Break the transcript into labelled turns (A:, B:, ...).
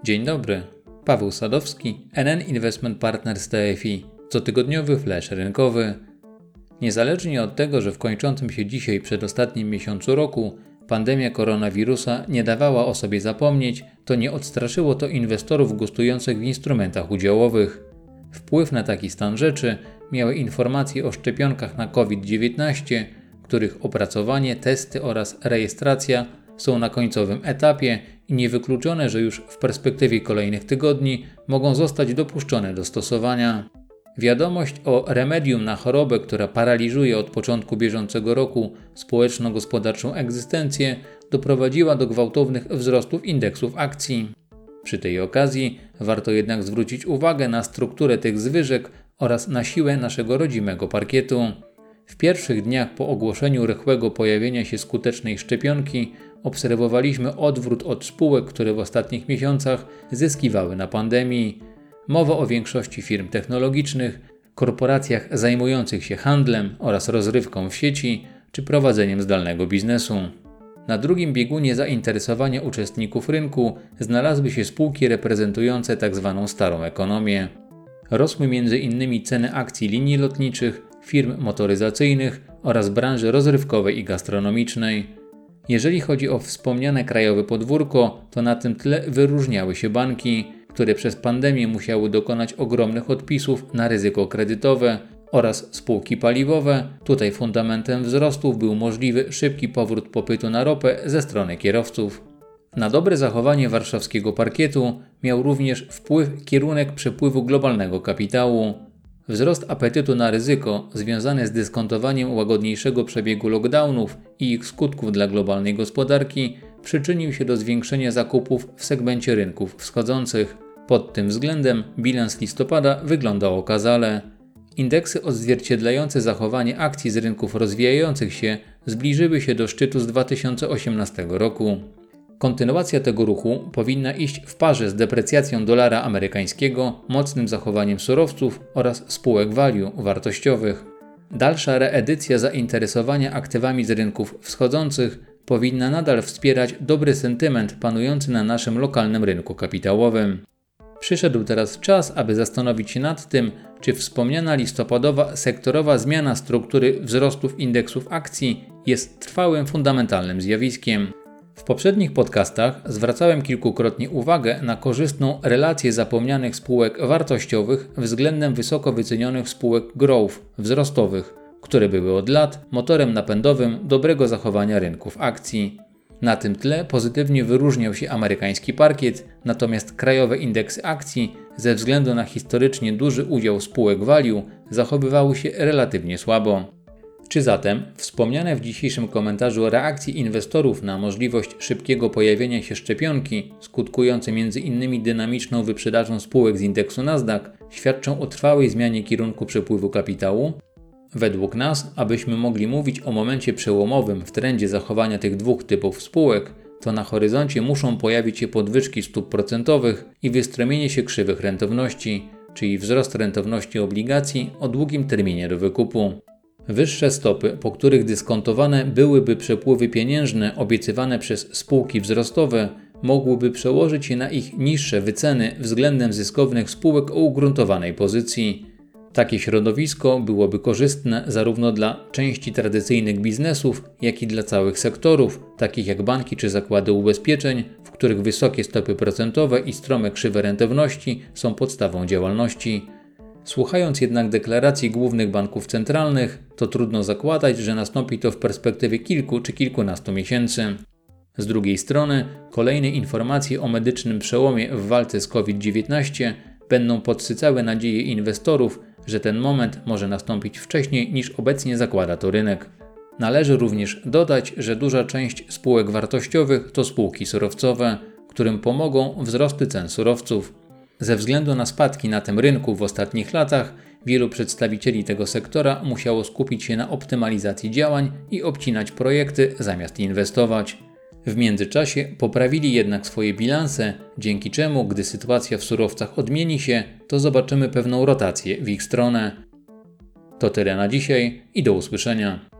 A: Dzień dobry, Paweł Sadowski, NN Investment Partners TFI, cotygodniowy flash rynkowy. Niezależnie od tego, że w kończącym się dzisiaj przedostatnim miesiącu roku pandemia koronawirusa nie dawała o sobie zapomnieć, to nie odstraszyło to inwestorów gustujących w instrumentach udziałowych. Wpływ na taki stan rzeczy miały informacje o szczepionkach na COVID-19, których opracowanie, testy oraz rejestracja są na końcowym etapie i niewykluczone, że już w perspektywie kolejnych tygodni mogą zostać dopuszczone do stosowania. Wiadomość o remedium na chorobę, która paraliżuje od początku bieżącego roku społeczno-gospodarczą egzystencję, doprowadziła do gwałtownych wzrostów indeksów akcji. Przy tej okazji warto jednak zwrócić uwagę na strukturę tych zwyżek oraz na siłę naszego rodzimego parkietu. W pierwszych dniach po ogłoszeniu rychłego pojawienia się skutecznej szczepionki obserwowaliśmy odwrót od spółek, które w ostatnich miesiącach zyskiwały na pandemii. Mowa o większości firm technologicznych, korporacjach zajmujących się handlem oraz rozrywką w sieci czy prowadzeniem zdalnego biznesu. Na drugim biegunie zainteresowania uczestników rynku znalazły się spółki reprezentujące tzw. starą ekonomię. Rosły m.in. ceny akcji linii lotniczych, firm motoryzacyjnych oraz branży rozrywkowej i gastronomicznej. Jeżeli chodzi o wspomniane krajowe podwórko, to na tym tle wyróżniały się banki, które przez pandemię musiały dokonać ogromnych odpisów na ryzyko kredytowe, oraz spółki paliwowe. Tutaj fundamentem wzrostów był możliwy szybki powrót popytu na ropę ze strony kierowców. Na dobre zachowanie warszawskiego parkietu miał również wpływ kierunek przepływu globalnego kapitału. Wzrost apetytu na ryzyko związany z dyskontowaniem łagodniejszego przebiegu lockdownów i ich skutków dla globalnej gospodarki przyczynił się do zwiększenia zakupów w segmencie rynków wschodzących. Pod tym względem bilans listopada wygląda okazale. Indeksy odzwierciedlające zachowanie akcji z rynków rozwijających się zbliżyły się do szczytu z 2018 roku. Kontynuacja tego ruchu powinna iść w parze z deprecjacją dolara amerykańskiego, mocnym zachowaniem surowców oraz spółek value wartościowych. Dalsza reedycja zainteresowania aktywami z rynków wschodzących powinna nadal wspierać dobry sentyment panujący na naszym lokalnym rynku kapitałowym. Przyszedł teraz czas, aby zastanowić się nad tym, czy wspomniana listopadowa sektorowa zmiana struktury wzrostów indeksów akcji jest trwałym, fundamentalnym zjawiskiem. W poprzednich podcastach zwracałem kilkukrotnie uwagę na korzystną relację zapomnianych spółek wartościowych względem wysoko wycenionych spółek growth, wzrostowych, które były od lat motorem napędowym dobrego zachowania rynków akcji. Na tym tle pozytywnie wyróżniał się amerykański parkiet, natomiast krajowe indeksy akcji ze względu na historycznie duży udział spółek value zachowywały się relatywnie słabo. Czy zatem wspomniane w dzisiejszym komentarzu reakcje inwestorów na możliwość szybkiego pojawienia się szczepionki, skutkujące m.in. dynamiczną wyprzedażą spółek z indeksu Nasdaq, świadczą o trwałej zmianie kierunku przepływu kapitału? Według nas, abyśmy mogli mówić o momencie przełomowym w trendzie zachowania tych dwóch typów spółek, to na horyzoncie muszą pojawić się podwyżki stóp procentowych i wystromienie się krzywych rentowności, czyli wzrost rentowności obligacji o długim terminie do wykupu. Wyższe stopy, po których dyskontowane byłyby przepływy pieniężne obiecywane przez spółki wzrostowe, mogłyby przełożyć się na ich niższe wyceny względem zyskownych spółek o ugruntowanej pozycji. Takie środowisko byłoby korzystne zarówno dla części tradycyjnych biznesów, jak i dla całych sektorów, takich jak banki czy zakłady ubezpieczeń, w których wysokie stopy procentowe i strome krzywe rentowności są podstawą działalności. Słuchając jednak deklaracji głównych banków centralnych, to trudno zakładać, że nastąpi to w perspektywie kilku czy kilkunastu miesięcy. Z drugiej strony, kolejne informacje o medycznym przełomie w walce z COVID-19 będą podsycały nadzieję inwestorów, że ten moment może nastąpić wcześniej niż obecnie zakłada to rynek. Należy również dodać, że duża część spółek wartościowych to spółki surowcowe, którym pomogą wzrosty cen surowców. Ze względu na spadki na tym rynku w ostatnich latach, wielu przedstawicieli tego sektora musiało skupić się na optymalizacji działań i obcinać projekty zamiast inwestować. W międzyczasie poprawili jednak swoje bilanse, dzięki czemu, gdy sytuacja w surowcach odmieni się, to zobaczymy pewną rotację w ich stronę. To tyle na dzisiaj i do usłyszenia.